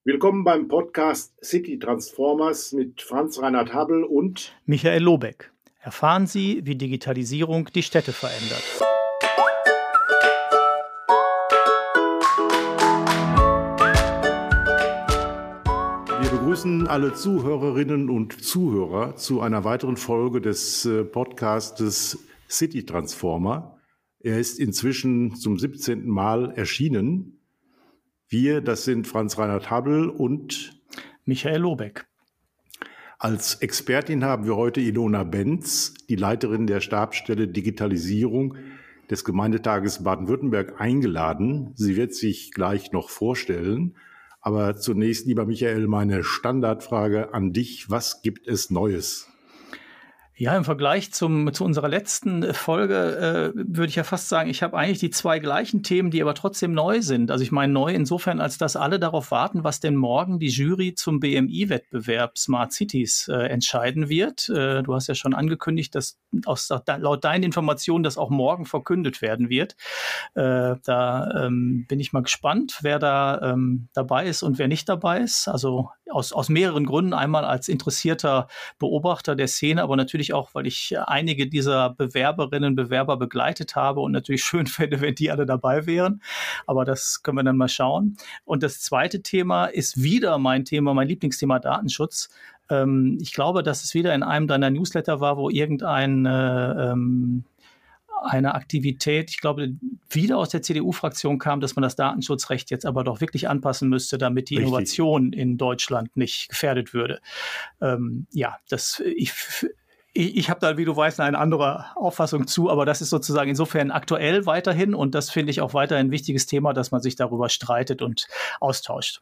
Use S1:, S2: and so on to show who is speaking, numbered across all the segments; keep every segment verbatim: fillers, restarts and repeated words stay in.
S1: Willkommen beim Podcast City Transformers mit Franz Reinhard Habbel und
S2: Michael Lobeck. Erfahren Sie, wie Digitalisierung die Städte verändert.
S1: Wir begrüßen alle Zuhörerinnen und Zuhörer zu einer weiteren Folge des Podcastes City Transformer. Er ist inzwischen zum siebzehnten Mal erschienen. Wir, das sind Franz Reinhard Habbel und
S2: Michael Lobeck.
S1: Als Expertin haben wir heute Ilona Benz, die Leiterin der Stabsstelle Digitalisierung des Gemeindetages Baden-Württemberg, eingeladen. Sie wird sich gleich noch vorstellen. Aber zunächst, lieber Michael, meine Standardfrage an dich. Was gibt es Neues?
S2: Ja, im Vergleich zum, zu unserer letzten Folge äh, würde ich ja fast sagen, ich habe eigentlich die zwei gleichen Themen, die aber trotzdem neu sind. Also ich meine neu insofern, als dass alle darauf warten, was denn morgen die Jury zum B M I-Wettbewerb Smart Cities äh, entscheiden wird. Äh, du hast ja schon angekündigt, dass aus, laut deinen Informationen das auch morgen verkündet werden wird. Äh, da ähm, bin ich mal gespannt, wer da ähm, dabei ist und wer nicht dabei ist. Also aus, aus mehreren Gründen. Einmal als interessierter Beobachter der Szene, aber natürlich auch, weil ich einige dieser Bewerberinnen und Bewerber begleitet habe und natürlich schön fände, wenn die alle dabei wären. Aber das können wir dann mal schauen. Und das zweite Thema ist wieder mein Thema, mein Lieblingsthema Datenschutz. Ähm, ich glaube, dass es wieder in einem deiner Newsletter war, wo irgendein äh, ähm, eine Aktivität, ich glaube, wieder aus der C D U-Fraktion kam, dass man das Datenschutzrecht jetzt aber doch wirklich anpassen müsste, damit die Richtig. Innovation in Deutschland nicht gefährdet würde. Ähm, ja, das ich Ich, ich habe da, wie du weißt, eine andere Auffassung zu, aber das ist sozusagen insofern aktuell weiterhin und das finde ich auch weiterhin ein wichtiges Thema, dass man sich darüber streitet und austauscht.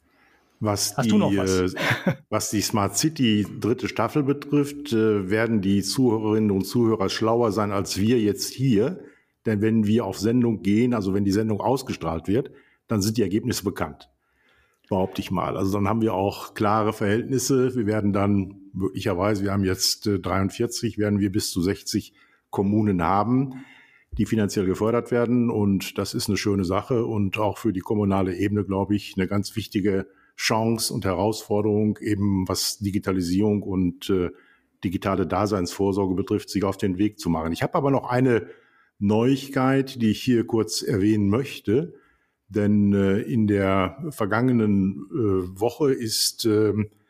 S1: Was
S2: Hast
S1: die,
S2: du noch was?
S1: Äh, was die Smart City dritte Staffel betrifft, äh, werden die Zuhörerinnen und Zuhörer schlauer sein als wir jetzt hier. Denn wenn wir auf Sendung gehen, also wenn die Sendung ausgestrahlt wird, dann sind die Ergebnisse bekannt. Behaupte ich mal. Also dann haben wir auch klare Verhältnisse. Wir werden dann möglicherweise, wir haben jetzt äh, dreiundvierzig, werden wir bis zu sechzig Kommunen haben, die finanziell gefördert werden. Und das ist eine schöne Sache und auch für die kommunale Ebene, glaube ich, eine ganz wichtige Chance und Herausforderung, eben was Digitalisierung und äh, digitale Daseinsvorsorge betrifft, sich auf den Weg zu machen. Ich habe aber noch eine Neuigkeit, die ich hier kurz erwähnen möchte. Denn äh, in der vergangenen äh, Woche ist äh,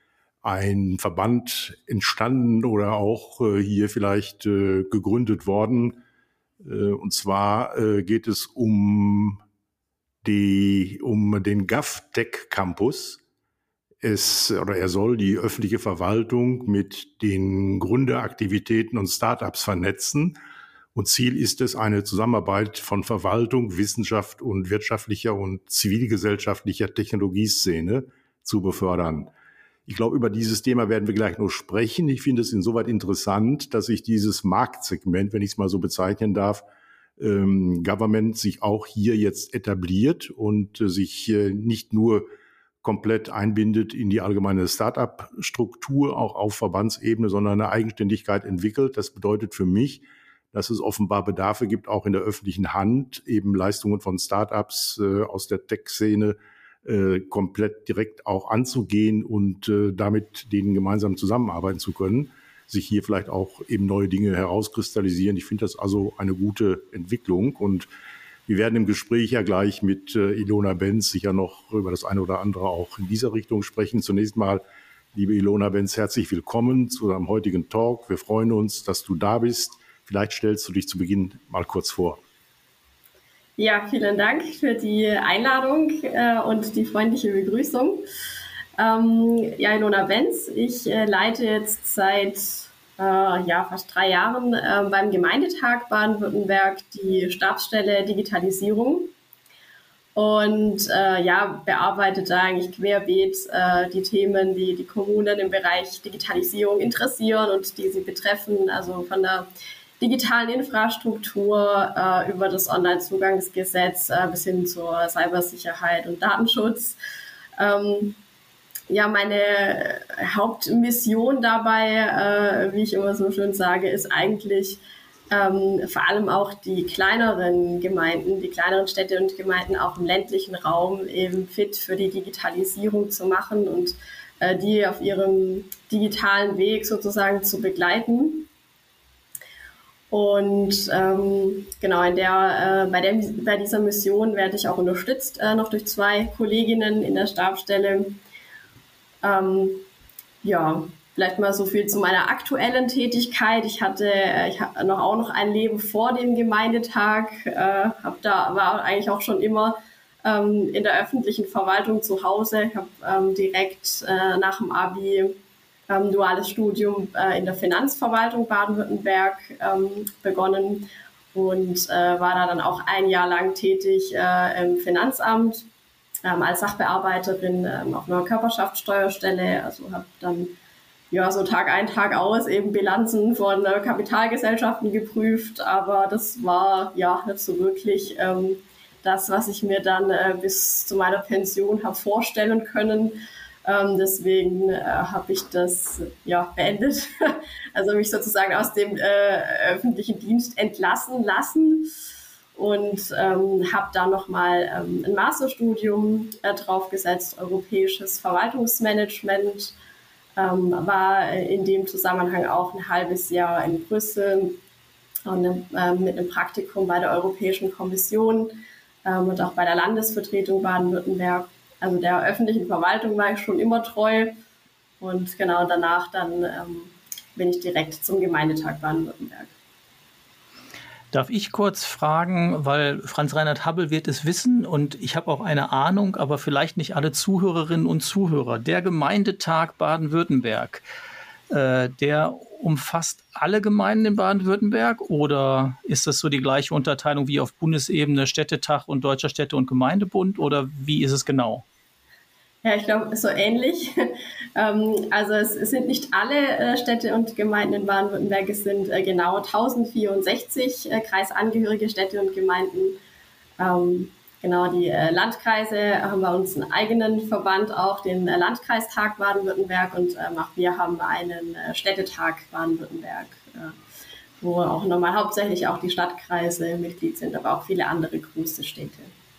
S1: ein Verband entstanden oder auch äh, hier vielleicht äh, gegründet worden. Äh, und zwar äh, geht es um, die, um den GovTech Campus. Es, oder er soll die öffentliche Verwaltung mit den Gründeraktivitäten und Startups vernetzen. Und Ziel ist es, eine Zusammenarbeit von Verwaltung, Wissenschaft und wirtschaftlicher und zivilgesellschaftlicher Technologieszene zu befördern. Ich glaube, über dieses Thema werden wir gleich noch sprechen. Ich finde es insoweit interessant, dass sich dieses Marktsegment, wenn ich es mal so bezeichnen darf, ähm, Government sich auch hier jetzt etabliert und äh, sich äh, nicht nur komplett einbindet in die allgemeine Start-up-Struktur, auch auf Verbandsebene, sondern eine Eigenständigkeit entwickelt. Das bedeutet für mich, dass es offenbar Bedarfe gibt, auch in der öffentlichen Hand, eben Leistungen von Start-ups äh, aus der Tech-Szene äh, komplett direkt auch anzugehen und äh, damit denen gemeinsam zusammenarbeiten zu können, sich hier vielleicht auch eben neue Dinge herauskristallisieren. Ich finde das also eine gute Entwicklung und wir werden im Gespräch ja gleich mit äh, Ilona Benz sicher noch über das eine oder andere auch in dieser Richtung sprechen. Zunächst mal, liebe Ilona Benz, herzlich willkommen zu unserem heutigen Talk. Wir freuen uns, dass du da bist. Vielleicht stellst du dich zu Beginn mal kurz vor.
S3: Ja, vielen Dank für die Einladung äh, und die freundliche Begrüßung. Ähm, ja, Ilona Benz, ich äh, leite jetzt seit äh, ja, fast drei Jahren äh, beim Gemeindetag Baden-Württemberg die Stabsstelle Digitalisierung und äh, ja, bearbeitet da eigentlich querbeet äh, die Themen, die die Kommunen im Bereich Digitalisierung interessieren und die sie betreffen, also von der digitalen Infrastruktur äh, über das Onlinezugangsgesetz äh, bis hin zur Cybersicherheit und Datenschutz. Ähm, ja, meine Hauptmission dabei, äh, wie ich immer so schön sage, ist eigentlich ähm, vor allem auch die kleineren Gemeinden, die kleineren Städte und Gemeinden auch im ländlichen Raum eben fit für die Digitalisierung zu machen und äh, die auf ihrem digitalen Weg sozusagen zu begleiten. Und ähm, genau, in der, äh, bei, der, bei dieser Mission werde ich auch unterstützt, äh, noch durch zwei Kolleginnen in der Stabsstelle. Ähm, ja, vielleicht mal so viel zu meiner aktuellen Tätigkeit. Ich hatte äh, ich hab noch auch noch ein Leben vor dem Gemeindetag, äh, hab da war eigentlich auch schon immer ähm, in der öffentlichen Verwaltung zu Hause. Ich habe ähm, direkt äh, nach dem Abi Ähm, duales Studium äh, in der Finanzverwaltung Baden-Württemberg ähm, begonnen und äh, war da dann auch ein Jahr lang tätig äh, im Finanzamt ähm, als Sachbearbeiterin ähm, auf einer Körperschaftssteuerstelle. Also habe dann ja so Tag ein, Tag aus eben Bilanzen von äh, Kapitalgesellschaften geprüft, aber das war ja nicht so wirklich ähm, das, was ich mir dann äh, bis zu meiner Pension habe vorstellen können. Ähm, deswegen äh, habe ich das ja beendet, also mich sozusagen aus dem äh, öffentlichen Dienst entlassen lassen und ähm, habe da nochmal ähm, ein Masterstudium äh, draufgesetzt, europäisches Verwaltungsmanagement, ähm, war in dem Zusammenhang auch ein halbes Jahr in Brüssel und äh, mit einem Praktikum bei der Europäischen Kommission ähm, und auch bei der Landesvertretung Baden-Württemberg. Also der öffentlichen Verwaltung war ich schon immer treu und genau danach dann ähm, bin ich direkt zum Gemeindetag Baden-Württemberg.
S2: Darf ich kurz fragen, weil Franz Reinhard Habbel wird es wissen und ich habe auch eine Ahnung, aber vielleicht nicht alle Zuhörerinnen und Zuhörer. Der Gemeindetag Baden-Württemberg, äh, der umfasst alle Gemeinden in Baden-Württemberg oder ist das so die gleiche Unterteilung wie auf Bundesebene Städtetag und Deutscher Städte- und Gemeindebund oder wie ist es genau?
S3: Ja, ich glaube, es ist so ähnlich. Also es sind nicht alle Städte und Gemeinden in Baden-Württemberg, es sind genau tausendvierundsechzig kreisangehörige Städte und Gemeinden. Genau, die Landkreise haben bei uns einen eigenen Verband, auch den Landkreistag Baden-Württemberg und auch wir haben einen Städtetag Baden-Württemberg, wo auch nochmal hauptsächlich auch die Stadtkreise Mitglied sind, aber auch viele andere große Städte.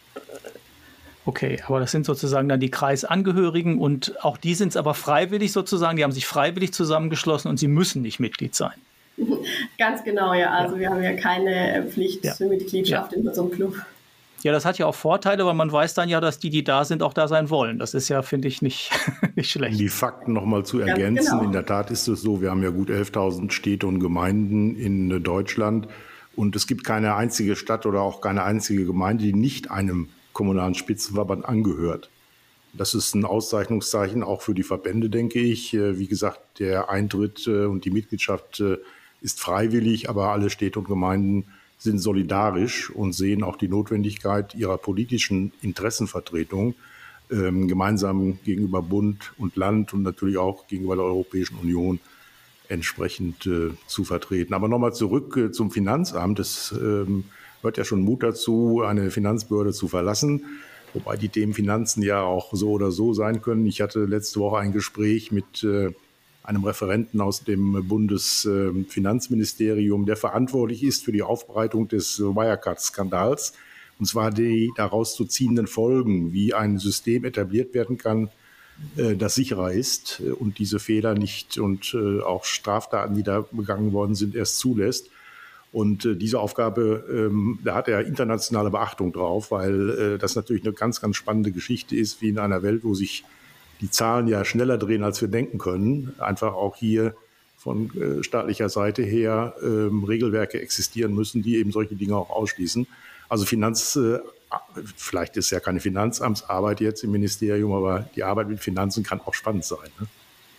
S2: Okay, aber das sind sozusagen dann die Kreisangehörigen und auch die sind es aber freiwillig sozusagen, die haben sich freiwillig zusammengeschlossen und sie müssen nicht Mitglied sein.
S3: Ganz genau, ja. Also ja. Wir haben ja keine Pflicht
S2: ja.
S3: zur Mitgliedschaft ja. in unserem Club.
S2: Ja, das hat ja auch Vorteile, weil man weiß dann ja, dass die, die da sind, auch da sein wollen. Das ist ja, finde ich, nicht, nicht schlecht.
S1: Um die Fakten nochmal zu ergänzen, genau. In der Tat ist es so, wir haben ja gut elftausend Städte und Gemeinden in Deutschland und es gibt keine einzige Stadt oder auch keine einzige Gemeinde, die nicht einem kommunalen Spitzenverband angehört. Das ist ein Auszeichnungszeichen auch für die Verbände, denke ich. Wie gesagt, der Eintritt und die Mitgliedschaft ist freiwillig, aber alle Städte und Gemeinden sind solidarisch und sehen auch die Notwendigkeit ihrer politischen Interessenvertretung ähm, gemeinsam gegenüber Bund und Land und natürlich auch gegenüber der Europäischen Union entsprechend äh, zu vertreten. Aber nochmal zurück äh, zum Finanzamt. Es ähm, hört ja schon Mut dazu, eine Finanzbehörde zu verlassen, wobei die Themen Finanzen ja auch so oder so sein können. Ich hatte letzte Woche ein Gespräch mit äh, einem Referenten aus dem Bundesfinanzministerium, der verantwortlich ist für die Aufbereitung des Wirecard-Skandals, und zwar die daraus zu ziehenden Folgen, wie ein System etabliert werden kann, äh, das sicherer ist und diese Fehler nicht und äh, auch Straftaten, die da begangen worden sind, erst zulässt. Und äh, diese Aufgabe, ähm, da hat er internationale Beachtung drauf, weil äh, das natürlich eine ganz, ganz spannende Geschichte ist, wie in einer Welt, wo sich die Zahlen ja schneller drehen, als wir denken können. Einfach auch hier von äh, staatlicher Seite her ähm, Regelwerke existieren müssen, die eben solche Dinge auch ausschließen. Also Finanz, äh, vielleicht ist ja keine Finanzamtsarbeit jetzt im Ministerium, aber die Arbeit mit Finanzen kann auch spannend sein. Ne?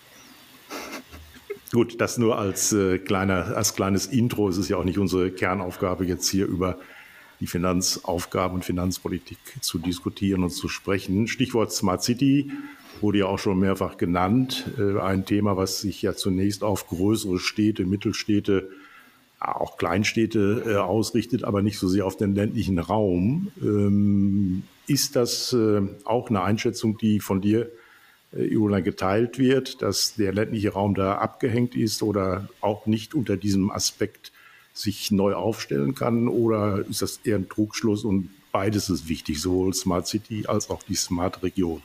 S1: Gut, das nur als, äh, kleiner, als kleines Intro. Es ist ja auch nicht unsere Kernaufgabe, jetzt hier über die Finanzaufgaben und Finanzpolitik zu diskutieren und zu sprechen. Stichwort Smart City wurde ja auch schon mehrfach genannt. Äh, ein Thema, was sich ja zunächst auf größere Städte, Mittelstädte, auch Kleinstädte äh, ausrichtet, aber nicht so sehr auf den ländlichen Raum. Ähm, ist das äh, auch eine Einschätzung, die von dir, Ilona, geteilt wird, dass der ländliche Raum da abgehängt ist oder auch nicht unter diesem Aspekt sich neu aufstellen kann, oder ist das eher ein Trugschluss und beides ist wichtig, sowohl Smart City als auch die Smart Region?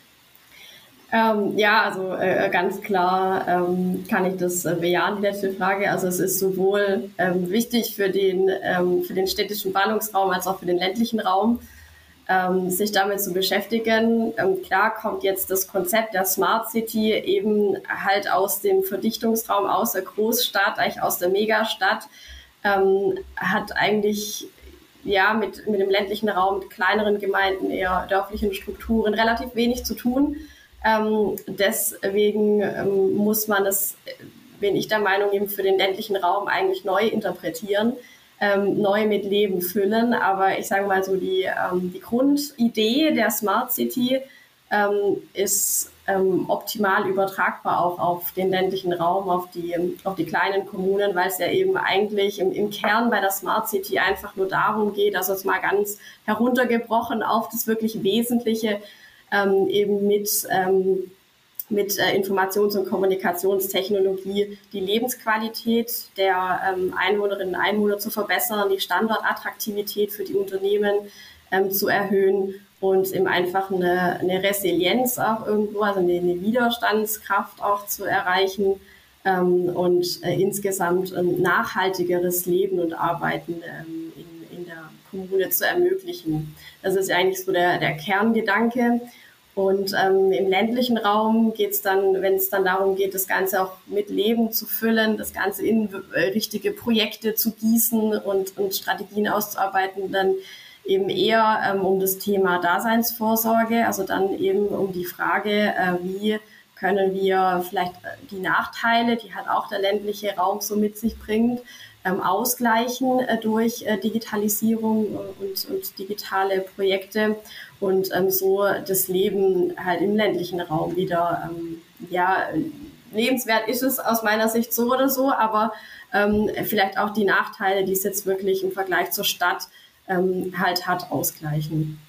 S3: Ähm, ja, also äh, ganz klar ähm, kann ich das äh, bejahen, die letzte Frage. Also es ist sowohl ähm, wichtig für den, ähm, für den städtischen Ballungsraum als auch für den ländlichen Raum, ähm, sich damit zu beschäftigen. Ähm, klar kommt jetzt das Konzept der Smart City eben halt aus dem Verdichtungsraum, aus der Großstadt, eigentlich aus der Megastadt, ähm, hat eigentlich ja mit, mit dem ländlichen Raum, mit kleineren Gemeinden, eher dörflichen Strukturen relativ wenig zu tun. Ähm, deswegen ähm, muss man es, bin ich der Meinung, eben für den ländlichen Raum eigentlich neu interpretieren, ähm, neu mit Leben füllen. Aber ich sage mal so, die, ähm, die Grundidee der Smart City ähm, ist ähm, optimal übertragbar auch auf den ländlichen Raum, auf die, auf die kleinen Kommunen, weil es ja eben eigentlich im, im Kern bei der Smart City einfach nur darum geht, also es mal ganz heruntergebrochen auf das wirklich Wesentliche, Ähm, eben mit, ähm, mit äh, Informations- und Kommunikationstechnologie die Lebensqualität der ähm, Einwohnerinnen und Einwohner zu verbessern, die Standortattraktivität für die Unternehmen ähm, zu erhöhen und eben einfach eine, eine Resilienz auch irgendwo, also eine, eine Widerstandskraft auch zu erreichen ähm, und äh, insgesamt ein nachhaltigeres Leben und Arbeiten ähm, in, in der Kommune zu ermöglichen. Das ist eigentlich so der, der Kerngedanke. Und ähm, im ländlichen Raum geht es dann, wenn es dann darum geht, das Ganze auch mit Leben zu füllen, das Ganze in äh, richtige Projekte zu gießen und, und Strategien auszuarbeiten, dann eben eher ähm, um das Thema Daseinsvorsorge, also dann eben um die Frage, äh, wie können wir vielleicht die Nachteile, die halt auch der ländliche Raum so mit sich bringt, ähm, ausgleichen äh, durch äh, Digitalisierung und, und digitale Projekte und ähm, so das Leben halt im ländlichen Raum wieder, ähm, ja, lebenswert ist es aus meiner Sicht so oder so, aber ähm, vielleicht auch die Nachteile, die es jetzt wirklich im Vergleich zur Stadt ähm, halt hat, ausgleichen.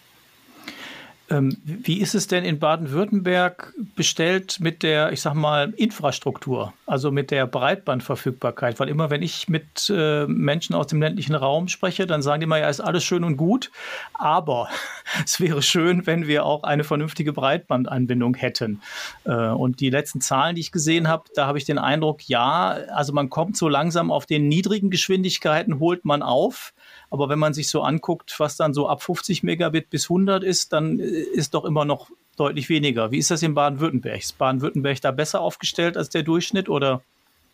S2: Ähm, wie ist es denn in Baden-Württemberg bestellt mit der, ich sag mal, Infrastruktur, also mit der Breitbandverfügbarkeit? Weil immer, wenn ich mit äh, Menschen aus dem ländlichen Raum spreche, dann sagen die immer, ja, ist alles schön und gut, aber es wäre schön, wenn wir auch eine vernünftige Breitbandanbindung hätten. Äh, und die letzten Zahlen, die ich gesehen habe, da habe ich den Eindruck, ja, also man kommt so langsam auf den niedrigen Geschwindigkeiten, holt man auf. Aber wenn man sich so anguckt, was dann so ab fünfzig Megabit bis hundert ist, dann ist doch immer noch deutlich weniger. Wie ist das in Baden-Württemberg? Ist Baden-Württemberg da besser aufgestellt als der Durchschnitt, oder?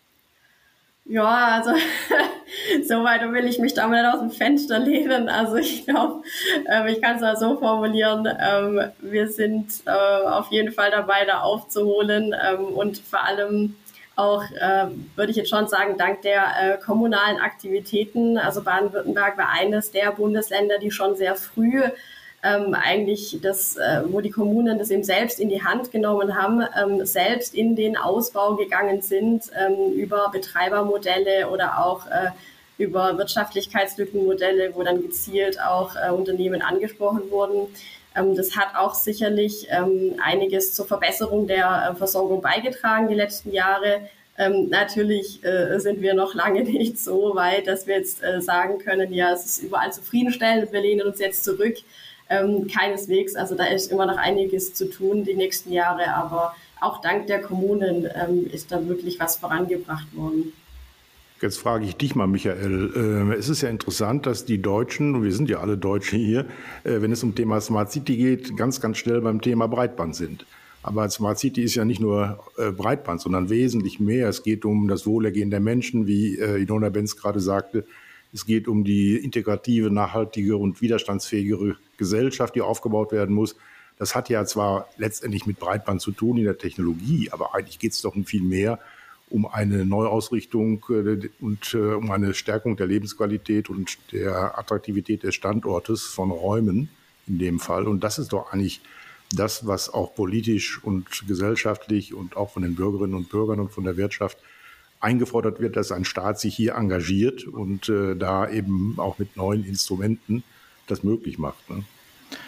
S3: Ja, also so weit will ich mich da mal nicht aus dem Fenster lehnen. Also ich glaube, ähm, ich kann es ja so formulieren, ähm, wir sind äh, auf jeden Fall dabei, da aufzuholen ähm, und vor allem auch, äh, würde ich jetzt schon sagen, dank der äh, kommunalen Aktivitäten. Also Baden-Württemberg war eines der Bundesländer, die schon sehr früh ähm, eigentlich das, äh, wo die Kommunen das eben selbst in die Hand genommen haben, ähm, selbst in den Ausbau gegangen sind ähm, über Betreibermodelle oder auch äh, über Wirtschaftlichkeitslückenmodelle, wo dann gezielt auch äh, Unternehmen angesprochen wurden. Ähm, das hat auch sicherlich ähm, einiges zur Verbesserung der äh, Versorgung beigetragen die letzten Jahre. Ähm, natürlich äh, sind wir noch lange nicht so weit, dass wir jetzt äh, sagen können, ja, es ist überall zufriedenstellend, wir lehnen uns jetzt zurück. Ähm, keineswegs, also da ist immer noch einiges zu tun die nächsten Jahre, aber auch dank der Kommunen ähm, ist da wirklich was vorangebracht worden.
S1: Jetzt frage ich dich mal, Michael. Es ist ja interessant, dass die Deutschen, und wir sind ja alle Deutsche hier, wenn es um Thema Smart City geht, ganz, ganz schnell beim Thema Breitband sind. Aber Smart City ist ja nicht nur Breitband, sondern wesentlich mehr. Es geht um das Wohlergehen der Menschen, wie Ilona Benz gerade sagte. Es geht um die integrative, nachhaltige und widerstandsfähigere Gesellschaft, die aufgebaut werden muss. Das hat ja zwar letztendlich mit Breitband zu tun in der Technologie, aber eigentlich geht es doch um viel mehr, um eine Neuausrichtung und äh, um eine Stärkung der Lebensqualität und der Attraktivität des Standortes von Räumen in dem Fall. Und das ist doch eigentlich das, was auch politisch und gesellschaftlich und auch von den Bürgerinnen und Bürgern und von der Wirtschaft eingefordert wird, dass ein Staat sich hier engagiert und äh, da eben auch mit neuen Instrumenten das möglich macht. Ne?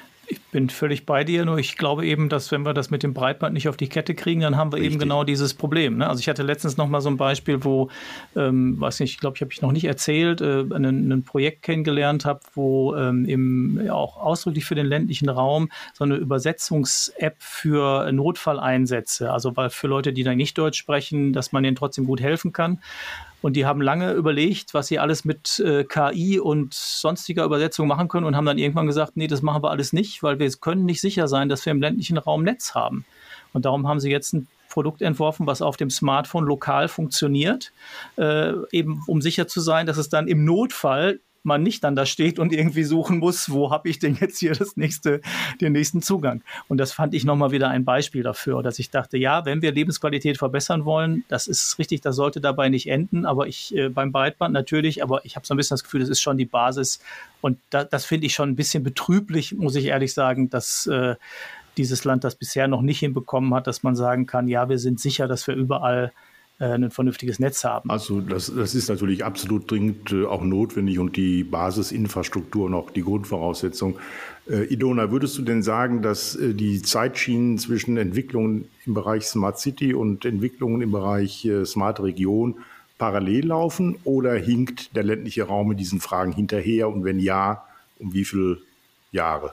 S2: bin völlig bei dir, nur ich glaube eben, dass wenn wir das mit dem Breitband nicht auf die Kette kriegen, dann haben wir Richtig. eben genau dieses Problem. Ne? Also ich hatte letztens noch mal so ein Beispiel, wo, ähm, weiß nicht, ich glaube, ich habe ich noch nicht erzählt, äh, ein, ein Projekt kennengelernt habe, wo ähm, im, auch ausdrücklich für den ländlichen Raum so eine Übersetzungs-App für Notfalleinsätze, also weil für Leute, die da nicht Deutsch sprechen, dass man denen trotzdem gut helfen kann. Und die haben lange überlegt, was sie alles mit äh, K I und sonstiger Übersetzung machen können und haben dann irgendwann gesagt, nee, das machen wir alles nicht, weil wir können nicht sicher sein, dass wir im ländlichen Raum Netz haben. Und darum haben sie jetzt ein Produkt entworfen, was auf dem Smartphone lokal funktioniert, äh, eben um sicher zu sein, dass es dann im Notfall man nicht dann da steht und irgendwie suchen muss, wo habe ich denn jetzt hier das nächste, den nächsten Zugang. Und das fand ich nochmal wieder ein Beispiel dafür, dass ich dachte, ja, wenn wir Lebensqualität verbessern wollen, das ist richtig, das sollte dabei nicht enden, aber ich äh, beim Breitband natürlich, aber ich habe so ein bisschen das Gefühl, das ist schon die Basis und da, das finde ich schon ein bisschen betrüblich, muss ich ehrlich sagen, dass äh, dieses Land das bisher noch nicht hinbekommen hat, dass man sagen kann, ja, wir sind sicher, dass wir überall ein vernünftiges Netz haben.
S1: Also das, das ist natürlich absolut dringend äh, auch notwendig und die Basisinfrastruktur noch die Grundvoraussetzung. Äh, Ilona, würdest du denn sagen, dass äh, die Zeitschienen zwischen Entwicklungen im Bereich Smart City und Entwicklungen im Bereich äh, Smart Region parallel laufen oder hinkt der ländliche Raum in diesen Fragen hinterher und wenn ja, um wie viele Jahre?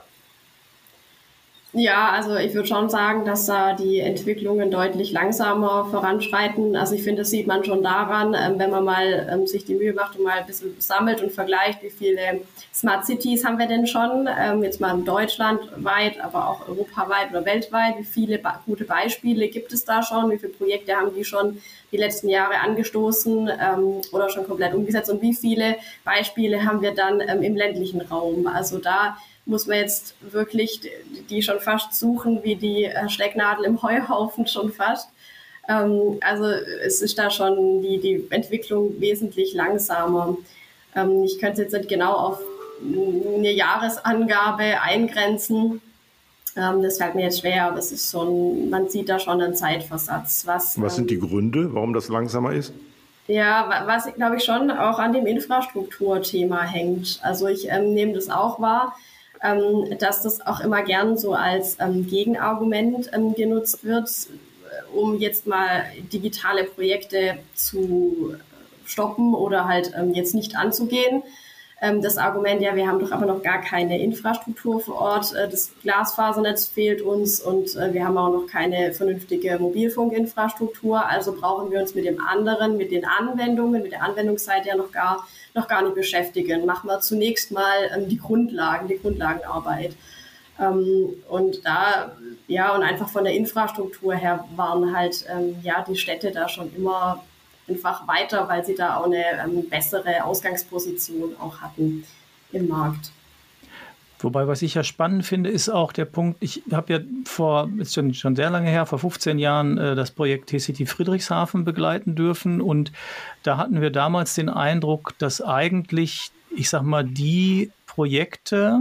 S3: Ja, also ich würde schon sagen, dass da die Entwicklungen deutlich langsamer voranschreiten. Also ich finde, das sieht man schon daran, wenn man mal ähm, sich die Mühe macht und mal ein bisschen sammelt und vergleicht, wie viele Smart Cities haben wir denn schon, ähm, jetzt mal deutschlandweit, aber auch europaweit oder weltweit, wie viele ba- gute Beispiele gibt es da schon, wie viele Projekte haben die schon die letzten Jahre angestoßen ähm, oder schon komplett umgesetzt und wie viele Beispiele haben wir dann ähm, im ländlichen Raum. Also da muss man jetzt wirklich die schon fast suchen, wie die Stecknadel im Heuhaufen schon fast. Ähm, also es ist da schon die, die Entwicklung wesentlich langsamer. Ähm, ich könnte jetzt nicht genau auf eine Jahresangabe eingrenzen. Ähm, das fällt mir jetzt schwer, aber es ist schon, man sieht da schon einen Zeitversatz. Was,
S1: was sind die Gründe, warum das langsamer ist?
S3: Ja, was, glaube ich, schon auch an dem Infrastrukturthema hängt. Also ich ähm, nehme das auch wahr, Ähm, dass das auch immer gern so als ähm, Gegenargument ähm, genutzt wird, um jetzt mal digitale Projekte zu stoppen oder halt ähm, jetzt nicht anzugehen. Ähm, das Argument, ja, wir haben doch aber noch gar keine Infrastruktur vor Ort, äh, das Glasfasernetz fehlt uns und äh, wir haben auch noch keine vernünftige Mobilfunkinfrastruktur, also brauchen wir uns mit dem anderen, mit den Anwendungen, mit der Anwendungsseite ja noch gar noch gar nicht beschäftigen. Machen wir zunächst mal ähm, die Grundlagen, die Grundlagenarbeit. Ähm, und da, ja, und einfach von der Infrastruktur her waren halt, ähm, ja, die Städte da schon immer einfach weiter, weil sie da auch eine ähm, bessere Ausgangsposition auch hatten im Markt.
S2: Wobei, was ich ja spannend finde, ist auch der Punkt, ich habe ja vor, ist schon, schon sehr lange her, vor fünfzehn Jahren äh, das Projekt T-City Friedrichshafen begleiten dürfen und da hatten wir damals den Eindruck, dass eigentlich, ich sag mal, die Projekte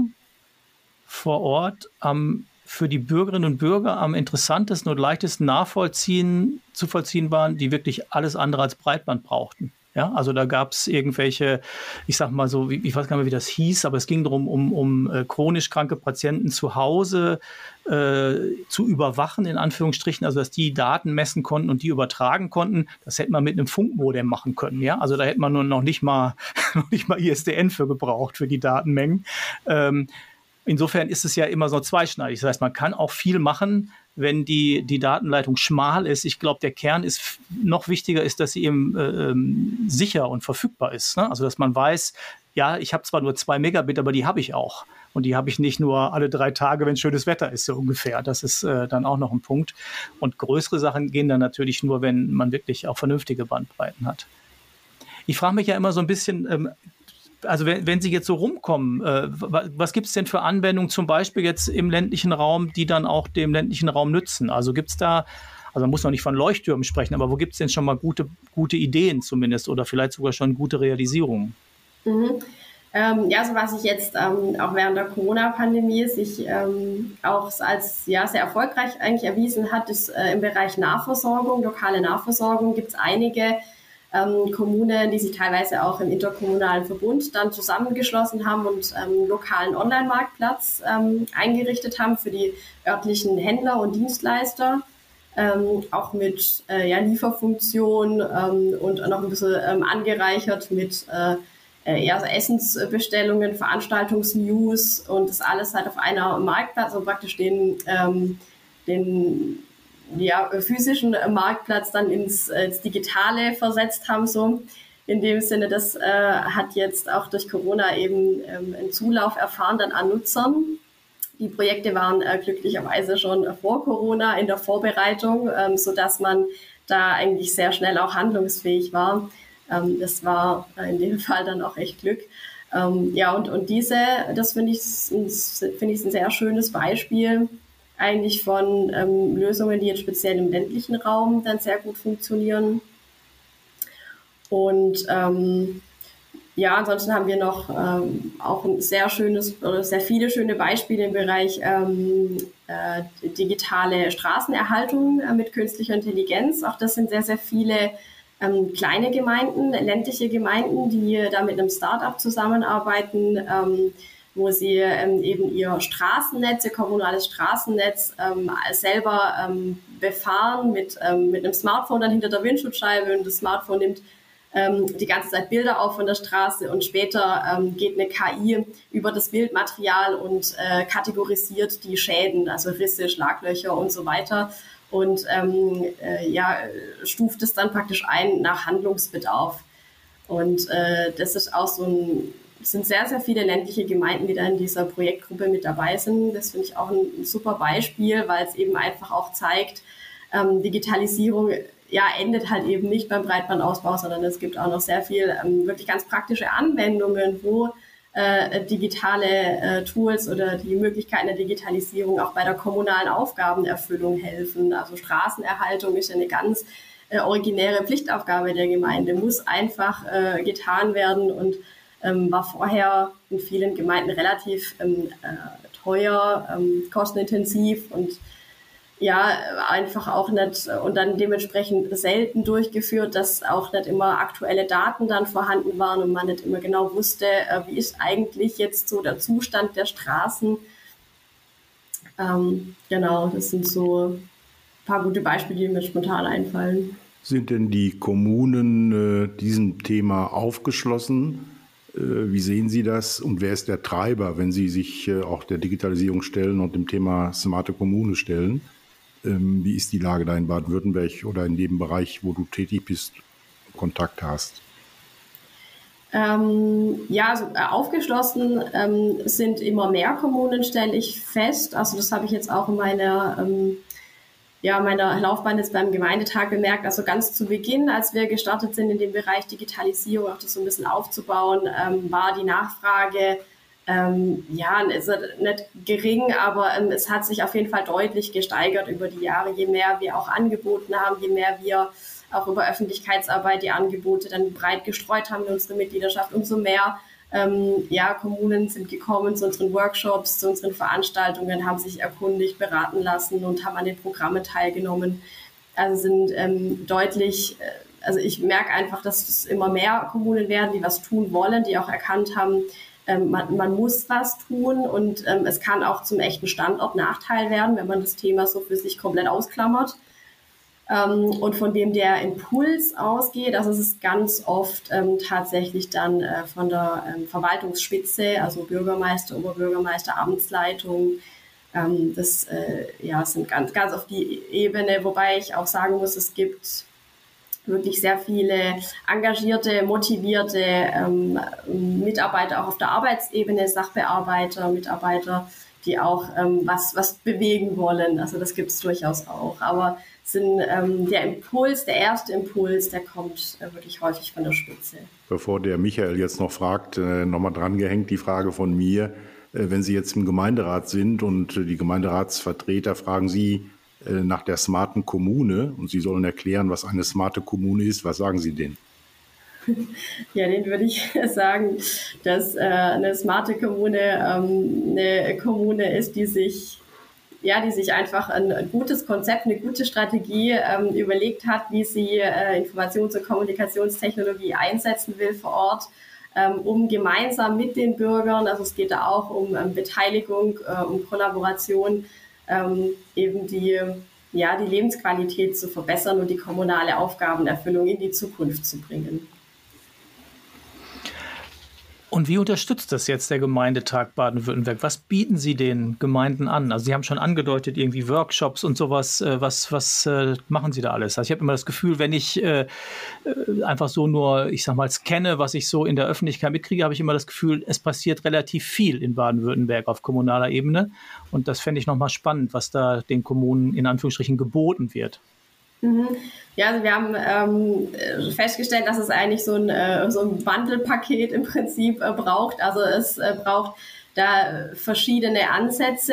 S2: vor Ort am, für die Bürgerinnen und Bürger am interessantesten und leichtesten nachvollziehen, zu vollziehen waren, die wirklich alles andere als Breitband brauchten. Ja, also da gab es irgendwelche, ich sag mal so, ich weiß gar nicht mehr, wie das hieß, aber es ging darum, um, um äh, chronisch kranke Patienten zu Hause äh, zu überwachen, in Anführungsstrichen, also dass die Daten messen konnten und die übertragen konnten. Das hätte man mit einem Funkmodem machen können. Ja, also da hätte man nur noch nicht mal, noch nicht mal I S D N für gebraucht, für die Datenmengen. Ähm, insofern ist es ja immer so zweischneidig. Das heißt, man kann auch viel machen, wenn die, die Datenleitung schmal ist. Ich glaube, der Kern ist noch wichtiger ist, dass sie eben äh, sicher und verfügbar ist. Ne? Also, dass man weiß, ja, ich habe zwar nur zwei Megabit, aber die habe ich auch. Und die habe ich nicht nur alle drei Tage, wenn schönes Wetter ist, so ungefähr. Das ist äh, dann auch noch ein Punkt. Und größere Sachen gehen dann natürlich nur, wenn man wirklich auch vernünftige Bandbreiten hat. Ich frage mich ja immer so ein bisschen, ähm, also wenn, wenn Sie jetzt so rumkommen, äh, was gibt es denn für Anwendungen zum Beispiel jetzt im ländlichen Raum, die dann auch dem ländlichen Raum nützen? Also gibt es da, also man muss noch nicht von Leuchttürmen sprechen, aber wo gibt es denn schon mal gute, gute Ideen zumindest oder vielleicht sogar schon gute Realisierungen?
S3: Mhm. Ähm, ja, so was ich jetzt ähm, auch während der Corona-Pandemie sich ähm, auch als ja, sehr erfolgreich eigentlich erwiesen hat, ist äh, im Bereich Nahversorgung, lokale Nahversorgung gibt es einige ähm, Kommunen, die sich teilweise auch im interkommunalen Verbund dann zusammengeschlossen haben und ähm, lokalen Online-Marktplatz ähm, eingerichtet haben für die örtlichen Händler und Dienstleister. Ähm, auch mit äh, ja, Lieferfunktion ähm, und noch ein bisschen ähm, angereichert mit äh, ja, also Essensbestellungen, Veranstaltungsnews und das alles halt auf einer Marktplatz, also praktisch den, ähm, den ja, physischen Marktplatz dann ins, ins Digitale versetzt haben. So. In dem Sinne, das äh, hat jetzt auch durch Corona eben ähm, einen Zulauf erfahren dann an Nutzern. Die Projekte waren äh, glücklicherweise schon vor Corona in der Vorbereitung, ähm, sodass man da eigentlich sehr schnell auch handlungsfähig war. Ähm, das war in dem Fall dann auch echt Glück. Ähm, ja, und, und diese, das finde ich, finde ich ein sehr schönes Beispiel eigentlich von ähm, Lösungen, die jetzt speziell im ländlichen Raum dann sehr gut funktionieren. Und ähm, ja, ansonsten haben wir noch ähm, auch ein sehr schönes oder sehr viele schöne Beispiele im Bereich ähm, äh, digitale Straßenerhaltung äh, mit künstlicher Intelligenz. Auch das sind sehr, sehr viele ähm, kleine Gemeinden, ländliche Gemeinden, die da mit einem Start-up zusammenarbeiten, ähm, wo sie ähm, eben ihr Straßennetz, ihr kommunales Straßennetz ähm, selber ähm, befahren mit, ähm, mit einem Smartphone dann hinter der Windschutzscheibe, und das Smartphone nimmt die ganze Zeit Bilder auf von der Straße, und später ähm, geht eine K I über das Bildmaterial und äh, kategorisiert die Schäden, also Risse, Schlaglöcher und so weiter, und ähm, äh, ja, stuft es dann praktisch ein nach Handlungsbedarf. Und äh, das ist auch so ein, es sind sehr, sehr viele ländliche Gemeinden, die da in dieser Projektgruppe mit dabei sind. Das finde ich auch ein, ein super Beispiel, weil es eben einfach auch zeigt, ähm, Digitalisierung ja, endet halt eben nicht beim Breitbandausbau, sondern es gibt auch noch sehr viel ähm, wirklich ganz praktische Anwendungen, wo äh, digitale äh, Tools oder die Möglichkeiten der Digitalisierung auch bei der kommunalen Aufgabenerfüllung helfen. Also Straßenerhaltung ist ja eine ganz äh, originäre Pflichtaufgabe der Gemeinde, muss einfach äh, getan werden und ähm, war vorher in vielen Gemeinden relativ ähm, äh, teuer, ähm, kostenintensiv und ja, einfach auch nicht und dann dementsprechend selten durchgeführt, dass auch nicht immer aktuelle Daten dann vorhanden waren und man nicht immer genau wusste, wie ist eigentlich jetzt so der Zustand der Straßen. Ähm, genau, das sind so ein paar gute Beispiele, die mir spontan einfallen.
S1: Sind denn die Kommunen äh, diesem Thema aufgeschlossen? Äh, wie sehen Sie das? Und wer ist der Treiber, wenn Sie sich äh, auch der Digitalisierung stellen und dem Thema smarte Kommune stellen? Wie ist die Lage da in Baden-Württemberg oder in dem Bereich, wo du tätig bist, Kontakt hast?
S3: Ähm, ja, also äh, aufgeschlossen ähm, sind immer mehr Kommunen, stelle ich fest. Also das habe ich jetzt auch in meiner, ähm, ja, meiner Laufbahn jetzt beim Gemeindetag bemerkt. Also ganz zu Beginn, als wir gestartet sind in dem Bereich Digitalisierung, auch das so ein bisschen aufzubauen, ähm, war die Nachfrage Ähm, ja, ist nicht gering, aber ähm, es hat sich auf jeden Fall deutlich gesteigert über die Jahre. Je mehr wir auch angeboten haben, je mehr wir auch über Öffentlichkeitsarbeit die Angebote dann breit gestreut haben in unsere Mitgliedschaft, umso mehr ähm, ja, Kommunen sind gekommen zu unseren Workshops, zu unseren Veranstaltungen, haben sich erkundigt, beraten lassen und haben an den Programmen teilgenommen. Also sind ähm, deutlich, äh, also ich merke einfach, dass es immer mehr Kommunen werden, die was tun wollen, die auch erkannt haben, Ähm, man, man muss was tun und ähm, es kann auch zum echten Standortnachteil werden, wenn man das Thema so für sich komplett ausklammert. Ähm, und von dem der Impuls ausgeht, also es ist ganz oft ähm, tatsächlich dann äh, von der ähm, Verwaltungsspitze, also Bürgermeister, Oberbürgermeister, Amtsleitung. Ähm, das äh, ja, sind ganz, ganz auf die Ebene, wobei ich auch sagen muss, es gibt wirklich sehr viele engagierte, motivierte ähm, Mitarbeiter auch auf der Arbeitsebene, Sachbearbeiter, Mitarbeiter, die auch ähm, was, was bewegen wollen. Also das gibt es durchaus auch. Aber sind, ähm, der Impuls, der erste Impuls, der kommt äh, wirklich häufig von der Spitze.
S1: Bevor der Michael jetzt noch fragt, äh, nochmal dran gehängt die Frage von mir. Äh, wenn Sie jetzt im Gemeinderat sind und äh, die Gemeinderatsvertreter fragen Sie, nach der smarten Kommune und Sie sollen erklären, was eine smarte Kommune ist. Was sagen Sie denen?
S3: Ja, denen würde ich sagen, dass äh, eine smarte Kommune ähm, eine Kommune ist, die sich ja, die sich einfach ein, ein gutes Konzept, eine gute Strategie ähm, überlegt hat, wie sie äh, Informations- und Kommunikationstechnologie einsetzen will vor Ort, ähm, um gemeinsam mit den Bürgern, also es geht da auch um ähm, Beteiligung, äh, um Kollaboration, ähm, eben die, ja, die Lebensqualität zu verbessern und die kommunale Aufgabenerfüllung in die Zukunft zu bringen.
S2: Und wie unterstützt das jetzt der Gemeindetag Baden-Württemberg? Was bieten Sie den Gemeinden an? Also Sie haben schon angedeutet, irgendwie Workshops und sowas. Was, was äh, machen Sie da alles? Also ich habe immer das Gefühl, wenn ich äh, einfach so nur, ich sag mal, scanne, was ich so in der Öffentlichkeit mitkriege, habe ich immer das Gefühl, es passiert relativ viel in Baden-Württemberg auf kommunaler Ebene. Und das fände ich nochmal spannend, was da den Kommunen in Anführungsstrichen geboten wird.
S3: Ja, also wir haben ähm, festgestellt, dass es eigentlich so ein, äh, so ein Bundle-Paket im Prinzip äh, braucht. Also es äh, braucht da verschiedene Ansätze.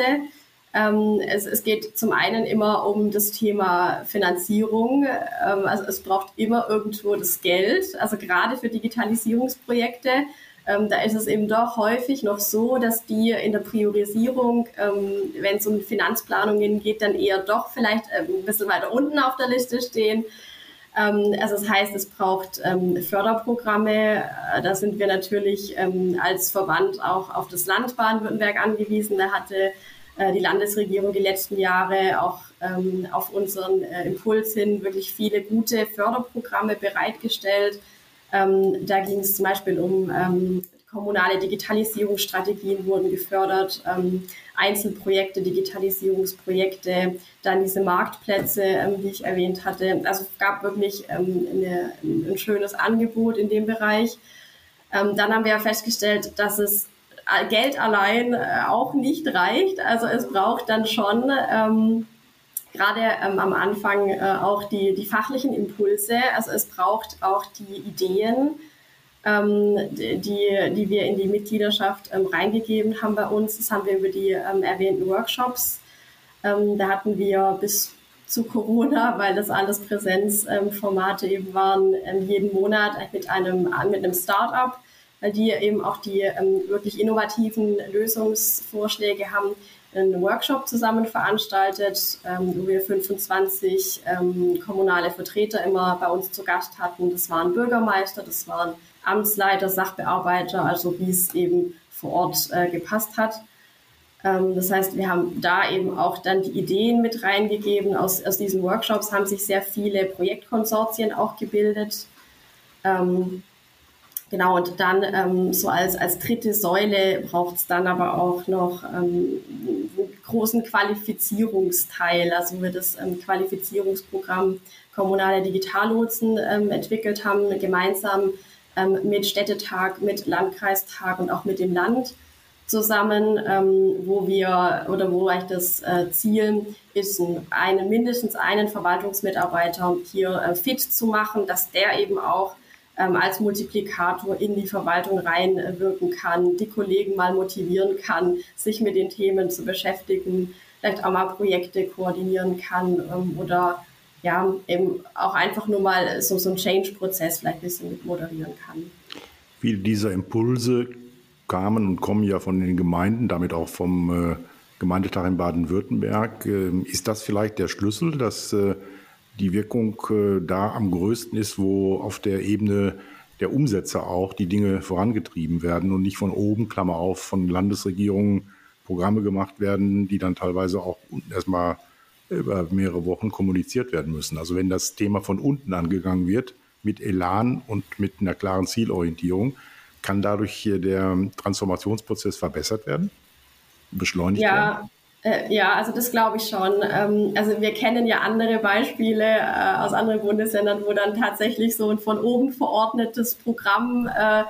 S3: Ähm, es, es geht zum einen immer um das Thema Finanzierung. Ähm, also es braucht immer irgendwo das Geld, also gerade für Digitalisierungsprojekte. Ähm, da ist es eben doch häufig noch so, dass die in der Priorisierung, ähm, wenn es um Finanzplanungen geht, dann eher doch vielleicht ähm, ein bisschen weiter unten auf der Liste stehen. Ähm, also das heißt, es braucht ähm, Förderprogramme. Äh, da sind wir natürlich ähm, als Verband auch auf das Land Baden-Württemberg angewiesen. Da hatte äh, die Landesregierung die letzten Jahre auch ähm, auf unseren äh, Impuls hin wirklich viele gute Förderprogramme bereitgestellt. Ähm, da ging es zum Beispiel um ähm, kommunale Digitalisierungsstrategien wurden gefördert, ähm, Einzelprojekte, Digitalisierungsprojekte, dann diese Marktplätze, ähm, die ich erwähnt hatte. Also es gab wirklich ähm, eine, ein schönes Angebot in dem Bereich. Ähm, dann haben wir festgestellt, dass es Geld allein äh, auch nicht reicht. Also es braucht dann schon ähm, gerade ähm, am Anfang äh, auch die, die fachlichen Impulse. Also es braucht auch die Ideen, ähm, die, die wir in die Mitgliedschaft ähm, reingegeben haben bei uns. Das haben wir über die ähm, erwähnten Workshops. Ähm, da hatten wir bis zu Corona, weil das alles Präsenzformate ähm, eben waren, ähm, jeden Monat mit einem, mit einem Start-up, weil die eben auch die ähm, wirklich innovativen Lösungsvorschläge haben, einen Workshop zusammen veranstaltet, ähm, wo wir fünfundzwanzig ähm, kommunale Vertreter immer bei uns zu Gast hatten. Das waren Bürgermeister, das waren Amtsleiter, Sachbearbeiter, also wie es eben vor Ort äh, gepasst hat. Ähm, das heißt, wir haben da eben auch dann die Ideen mit reingegeben. Aus, aus diesen Workshops haben sich sehr viele Projektkonsortien auch gebildet. Ähm, Genau, und dann ähm, so als, als dritte Säule braucht es dann aber auch noch ähm, einen großen Qualifizierungsteil. Also wir das ähm, Qualifizierungsprogramm Kommunale Digitallotsen ähm, entwickelt haben, gemeinsam ähm, mit Städtetag, mit Landkreistag und auch mit dem Land zusammen, ähm, wo wir oder wo eigentlich das äh, Ziel ist, einen, mindestens einen Verwaltungsmitarbeiter hier äh, fit zu machen, dass der eben auch Ähm, als Multiplikator in die Verwaltung reinwirken kann, die Kollegen mal motivieren kann, sich mit den Themen zu beschäftigen, vielleicht auch mal Projekte koordinieren kann ähm, oder ja, eben auch einfach nur mal so, so einen Change-Prozess vielleicht ein bisschen mit moderieren kann.
S1: Viele dieser Impulse kamen und kommen ja von den Gemeinden, damit auch vom äh, Gemeindetag in Baden-Württemberg. Äh, ist das vielleicht der Schlüssel, dass äh, die Wirkung äh, da am größten ist, wo auf der Ebene der Umsetzer auch die Dinge vorangetrieben werden und nicht von oben, Klammer auf, von Landesregierungen Programme gemacht werden, die dann teilweise auch erstmal über mehrere Wochen kommuniziert werden müssen. Also wenn das Thema von unten angegangen wird, mit Elan und mit einer klaren Zielorientierung, kann dadurch hier der Transformationsprozess verbessert werden, beschleunigt
S3: ja.
S1: werden?
S3: Ja, also das glaube ich schon. Also wir kennen ja andere Beispiele aus anderen Bundesländern, wo dann tatsächlich so ein von oben verordnetes Programm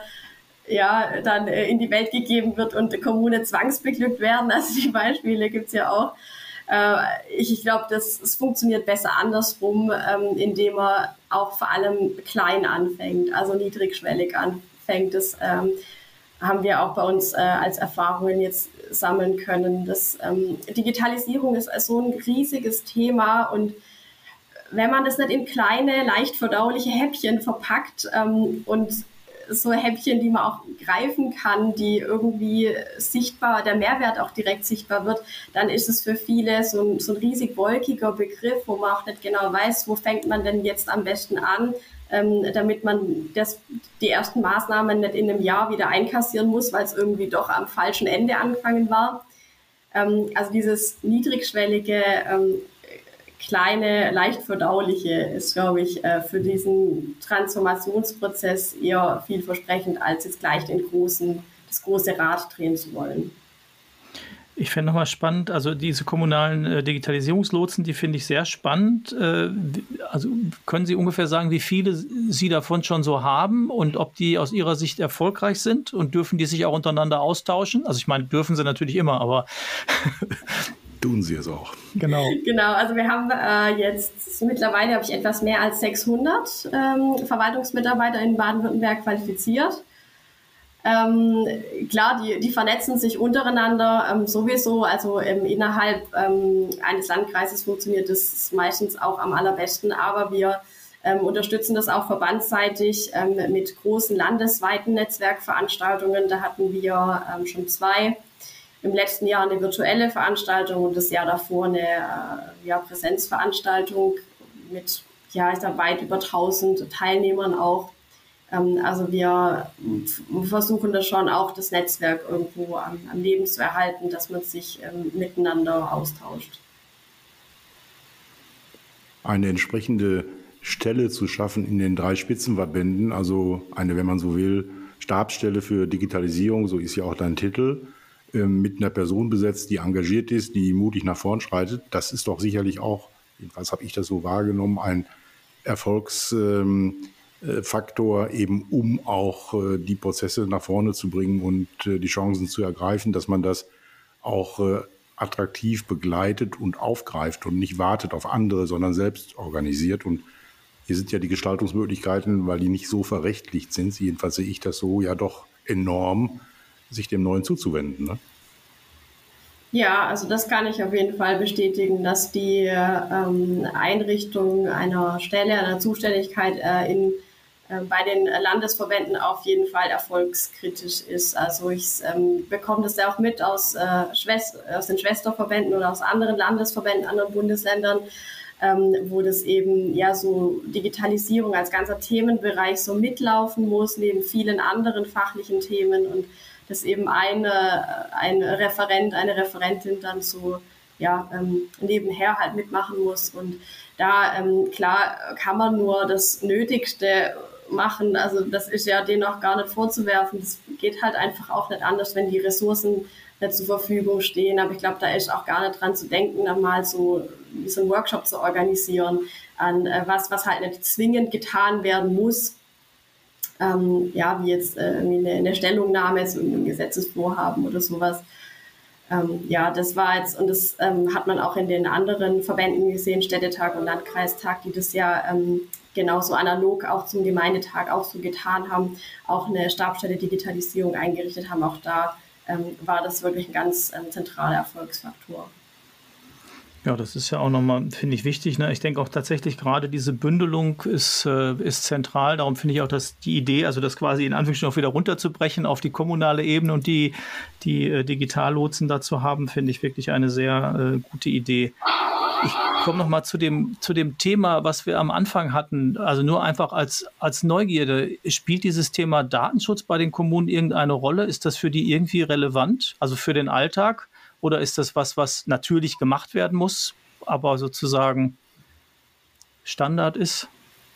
S3: ja dann in die Welt gegeben wird und Kommunen zwangsbeglückt werden. Also die Beispiele gibt's ja auch. Ich, ich glaube, das es funktioniert besser andersrum, indem man auch vor allem klein anfängt, also niedrigschwellig anfängt. Das haben wir auch bei uns äh, als Erfahrungen jetzt sammeln können. Das, ähm, Digitalisierung ist so ein riesiges Thema und wenn man das nicht in kleine, leicht verdauliche Häppchen verpackt ähm, und so Häppchen, die man auch greifen kann, die irgendwie sichtbar, der Mehrwert auch direkt sichtbar wird, dann ist es für viele so ein, so ein riesig wolkiger Begriff, wo man auch nicht genau weiß, wo fängt man denn jetzt am besten an, ähm, damit man das, die ersten Maßnahmen nicht in einem Jahr wieder einkassieren muss, weil es irgendwie doch am falschen Ende angefangen war. Ähm, also dieses niedrigschwellige, ähm, kleine, leicht verdauliche ist, glaube ich, für diesen Transformationsprozess eher vielversprechend, als jetzt gleich den großen, das große Rad drehen zu wollen.
S2: Ich fände nochmal spannend, also diese kommunalen äh, Digitalisierungslotsen, die finde ich sehr spannend. Äh, also können Sie ungefähr sagen, wie viele Sie davon schon so haben und ob die aus Ihrer Sicht erfolgreich sind und dürfen die sich auch untereinander austauschen? Also ich meine, dürfen sie natürlich immer, aber...
S1: Tun sie es auch.
S2: Genau.
S3: Genau, also wir haben äh, jetzt, mittlerweile habe ich etwas mehr als sechshundert ähm, Verwaltungsmitarbeiter in Baden-Württemberg qualifiziert. Ähm, klar, die, die vernetzen sich untereinander ähm, sowieso, also ähm, innerhalb ähm, eines Landkreises funktioniert das meistens auch am allerbesten, aber wir ähm, unterstützen das auch verbandsseitig ähm, mit großen landesweiten Netzwerkveranstaltungen. Da hatten wir ähm, schon zwei. Im letzten Jahr eine virtuelle Veranstaltung und das Jahr davor eine äh, ja, Präsenzveranstaltung mit ja, ich sag, weit über tausend Teilnehmern auch. Ähm, also wir versuchen das schon auch, das Netzwerk irgendwo am, am Leben zu erhalten, dass man sich ähm, miteinander austauscht.
S1: Eine entsprechende Stelle zu schaffen in den drei Spitzenverbänden, also eine, wenn man so will, Stabsstelle für Digitalisierung, so ist ja auch dein Titel, mit einer Person besetzt, die engagiert ist, die mutig nach vorn schreitet. Das ist doch sicherlich auch, jedenfalls habe ich das so wahrgenommen, ein Erfolgsfaktor, eben um auch die Prozesse nach vorne zu bringen und die Chancen zu ergreifen, dass man das auch attraktiv begleitet und aufgreift und nicht wartet auf andere, sondern selbst organisiert. Und hier sind ja die Gestaltungsmöglichkeiten, weil die nicht so verrechtlicht sind, jedenfalls sehe ich das so, ja doch enorm, sich dem Neuen zuzuwenden. Ne?
S3: Ja, also das kann ich auf jeden Fall bestätigen, dass die ähm, Einrichtung einer Stelle, einer Zuständigkeit äh, in, äh, bei den Landesverbänden auf jeden Fall erfolgskritisch ist. Also ich ähm, bekomme das ja auch mit aus, äh, Schwest- aus den Schwesterverbänden oder aus anderen Landesverbänden, anderen Bundesländern, ähm, wo das eben ja so Digitalisierung als ganzer Themenbereich so mitlaufen muss, neben vielen anderen fachlichen Themen und dass eben eine, ein Referent, eine Referentin dann so ja, ähm, nebenher halt mitmachen muss. Und da, ähm, klar, kann man nur das Nötigste machen. Also das ist ja denen auch gar nicht vorzuwerfen. Das geht halt einfach auch nicht anders, wenn die Ressourcen nicht zur Verfügung stehen. Aber ich glaube, da ist auch gar nicht dran zu denken, einmal so, wie so einen Workshop zu organisieren, an äh, was, was halt nicht zwingend getan werden muss. Ähm, ja, wie jetzt äh, eine, eine Stellungnahme zu irgendeinem Gesetzesvorhaben oder sowas. Ähm, ja, das war jetzt, und das ähm, hat man auch in den anderen Verbänden gesehen, Städtetag und Landkreistag, die das ja ähm, genauso analog auch zum Gemeindetag auch so getan haben, auch eine Stabsstelle Digitalisierung eingerichtet haben. Auch da ähm, war das wirklich ein ganz ähm, zentraler Erfolgsfaktor.
S2: Ja, das ist ja auch nochmal, finde ich, wichtig. Ne? Ich denke auch tatsächlich gerade diese Bündelung ist, äh, ist zentral. Darum finde ich auch, dass die Idee, also das quasi in Anführungsstrichen auch wieder runterzubrechen auf die kommunale Ebene und die, die äh, Digitallotsen dazu haben, finde ich wirklich eine sehr äh, gute Idee. Ich komme nochmal zu dem, zu dem Thema, was wir am Anfang hatten. Also nur einfach als, als Neugierde. Spielt dieses Thema Datenschutz bei den Kommunen irgendeine Rolle? Ist das für die irgendwie relevant? Also für den Alltag? Oder ist das was, was natürlich gemacht werden muss, aber sozusagen Standard ist?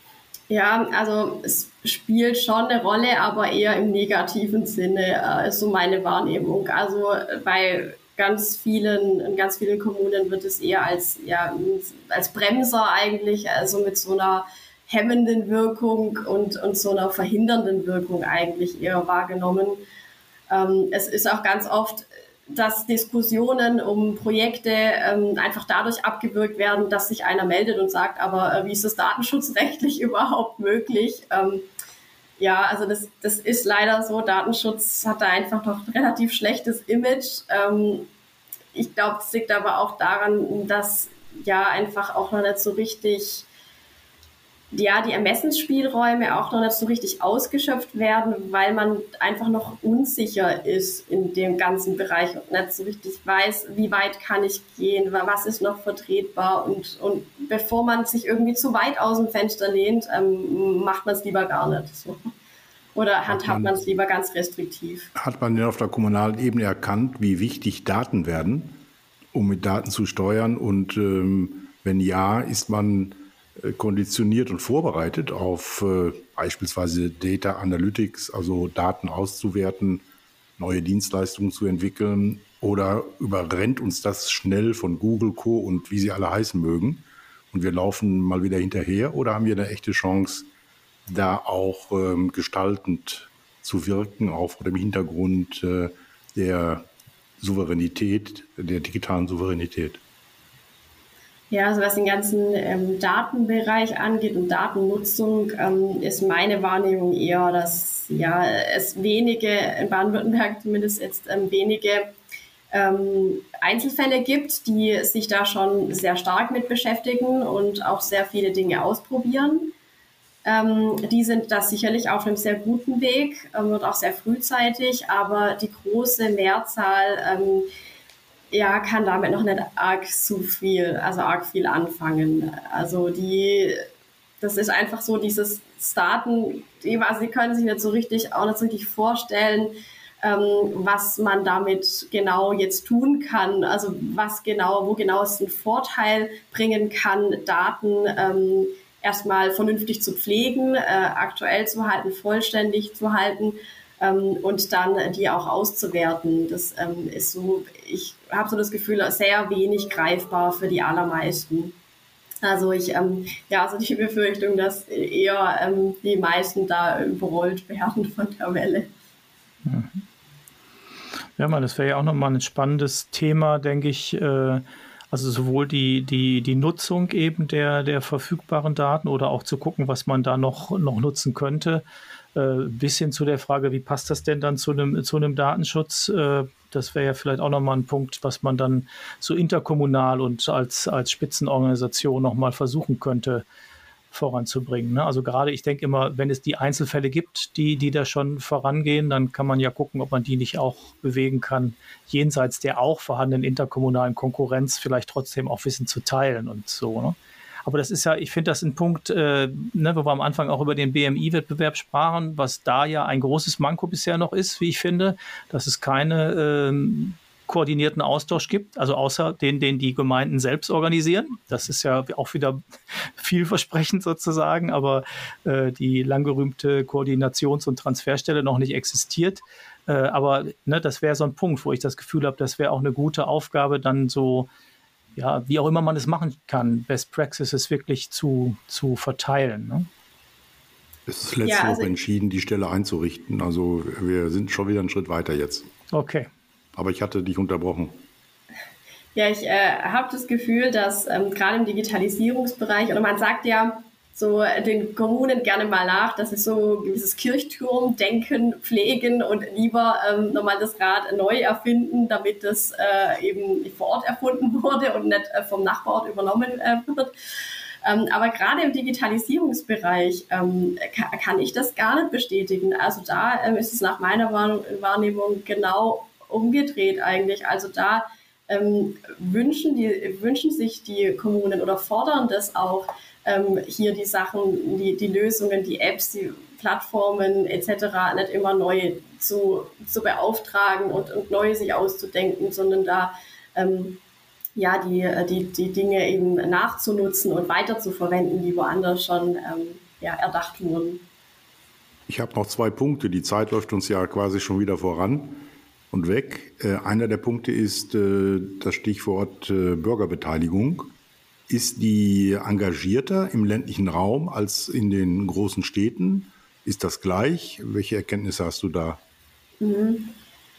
S3: Ja, also es spielt schon eine Rolle, aber eher im negativen Sinne, äh, ist so meine Wahrnehmung. Also bei ganz vielen, in ganz vielen Kommunen wird es eher als, ja, als Bremser eigentlich, also mit so einer hemmenden Wirkung und, und so einer verhindernden Wirkung eigentlich eher wahrgenommen. Ähm, es ist auch ganz oft, dass Diskussionen um Projekte ähm, einfach dadurch abgewürgt werden, dass sich einer meldet und sagt, aber äh, wie ist das datenschutzrechtlich überhaupt möglich? Ähm, ja, also das, das ist leider so. Datenschutz hat da einfach noch ein relativ schlechtes Image. Ähm, ich glaube, es liegt aber auch daran, dass ja einfach auch noch nicht so richtig ja, die Ermessensspielräume auch noch nicht so richtig ausgeschöpft werden, weil man einfach noch unsicher ist in dem ganzen Bereich und nicht so richtig weiß, wie weit kann ich gehen, was ist noch vertretbar und, und bevor man sich irgendwie zu weit aus dem Fenster lehnt, ähm, macht man es lieber gar nicht so. Oder handhabt man es lieber ganz restriktiv.
S1: Hat man denn auf der kommunalen Ebene erkannt, wie wichtig Daten werden, um mit Daten zu steuern und ähm, wenn ja, ist man konditioniert und vorbereitet auf äh, beispielsweise Data Analytics, also Daten auszuwerten, neue Dienstleistungen zu entwickeln, oder überrennt uns das schnell von Google, Co. und wie sie alle heißen mögen und wir laufen mal wieder hinterher, oder haben wir eine echte Chance, da auch ähm, gestaltend zu wirken, auch vor dem Hintergrund äh, der Souveränität, der digitalen Souveränität?
S3: Ja, also was den ganzen ähm, Datenbereich angeht und Datennutzung, ähm, ist meine Wahrnehmung eher, dass ja es wenige, in Baden-Württemberg zumindest jetzt ähm, wenige ähm, Einzelfälle gibt, die sich da schon sehr stark mit beschäftigen und auch sehr viele Dinge ausprobieren. Ähm, die sind da sicherlich auf einem sehr guten Weg ähm, und auch sehr frühzeitig, aber die große Mehrzahl ähm, ja, kann damit noch nicht arg so viel, also arg viel anfangen. Also die, das ist einfach so dieses Starten, also sie können sich nicht so richtig, auch nicht so richtig vorstellen, ähm, was man damit genau jetzt tun kann. Also was genau, wo genau es einen Vorteil bringen kann, Daten ähm, erstmal vernünftig zu pflegen, äh, aktuell zu halten, vollständig zu halten. Ähm, und dann die auch auszuwerten. Das ähm, ist so, ich habe so das Gefühl, sehr wenig greifbar für die allermeisten. Also ich, ähm, ja, also die Befürchtung, dass eher ähm, die meisten da überrollt werden von der Welle.
S2: Mhm. Ja, man, das wäre ja auch nochmal ein spannendes Thema, denke ich. Äh, also sowohl die, die, die Nutzung eben der, der verfügbaren Daten oder auch zu gucken, was man da noch, noch nutzen könnte. Bis hin zu der Frage, wie passt das denn dann zu einem, zu einem Datenschutz? Das wäre ja vielleicht auch nochmal ein Punkt, was man dann so interkommunal und als, als Spitzenorganisation nochmal versuchen könnte voranzubringen. Also gerade, ich denke immer, wenn es die Einzelfälle gibt, die, die da schon vorangehen, dann kann man ja gucken, ob man die nicht auch bewegen kann, jenseits der auch vorhandenen interkommunalen Konkurrenz vielleicht trotzdem auch Wissen zu teilen und so, ne? Aber das ist ja, ich finde das ein Punkt, äh, ne, wo wir am Anfang auch über den B M I-Wettbewerb sprachen, was da ja ein großes Manko bisher noch ist, wie ich finde, dass es keine ähm, koordinierten Austausch gibt, also außer den, den die Gemeinden selbst organisieren. Das ist ja auch wieder vielversprechend sozusagen, aber äh, die langgerühmte Koordinations- und Transferstelle noch nicht existiert. Äh, aber ne, das wäre so ein Punkt, wo ich das Gefühl habe, das wäre auch eine gute Aufgabe, dann so, ja, wie auch immer man es machen kann, Best Practices wirklich zu, zu verteilen. Ne?
S1: Es ist letzte ja, also Woche entschieden, die Stelle einzurichten. Also wir sind schon wieder einen Schritt weiter jetzt.
S2: Okay.
S1: Aber ich hatte dich unterbrochen.
S3: Ja, ich äh, habe das Gefühl, dass ähm, gerade im Digitalisierungsbereich, oder man sagt ja so den Kommunen gerne mal nach, dass sie so gewisses Kirchturmdenken pflegen und lieber ähm, nochmal das Rad neu erfinden, damit das äh, eben vor Ort erfunden wurde und nicht äh, vom Nachbarort übernommen äh, wird. Ähm, aber gerade im Digitalisierungsbereich ähm, kann, kann ich das gar nicht bestätigen. Also da ähm, ist es nach meiner Wahrnehmung genau umgedreht eigentlich. Also da ähm, wünschen, die, wünschen sich die Kommunen oder fordern das auch, ähm, hier die Sachen, die, die Lösungen, die Apps, die Plattformen et cetera nicht immer neu zu, zu beauftragen und, und neu sich auszudenken, sondern da ähm, ja, die, die, die Dinge eben nachzunutzen und weiter zu verwenden, die woanders schon ähm, ja, erdacht wurden.
S1: Ich habe noch zwei Punkte. Die Zeit läuft uns ja quasi schon wieder voran und weg. Äh, einer der Punkte ist äh, das Stichwort äh, Bürgerbeteiligung. Ist die engagierter im ländlichen Raum als in den großen Städten? Ist das gleich? Welche Erkenntnisse hast du da?
S3: Mhm.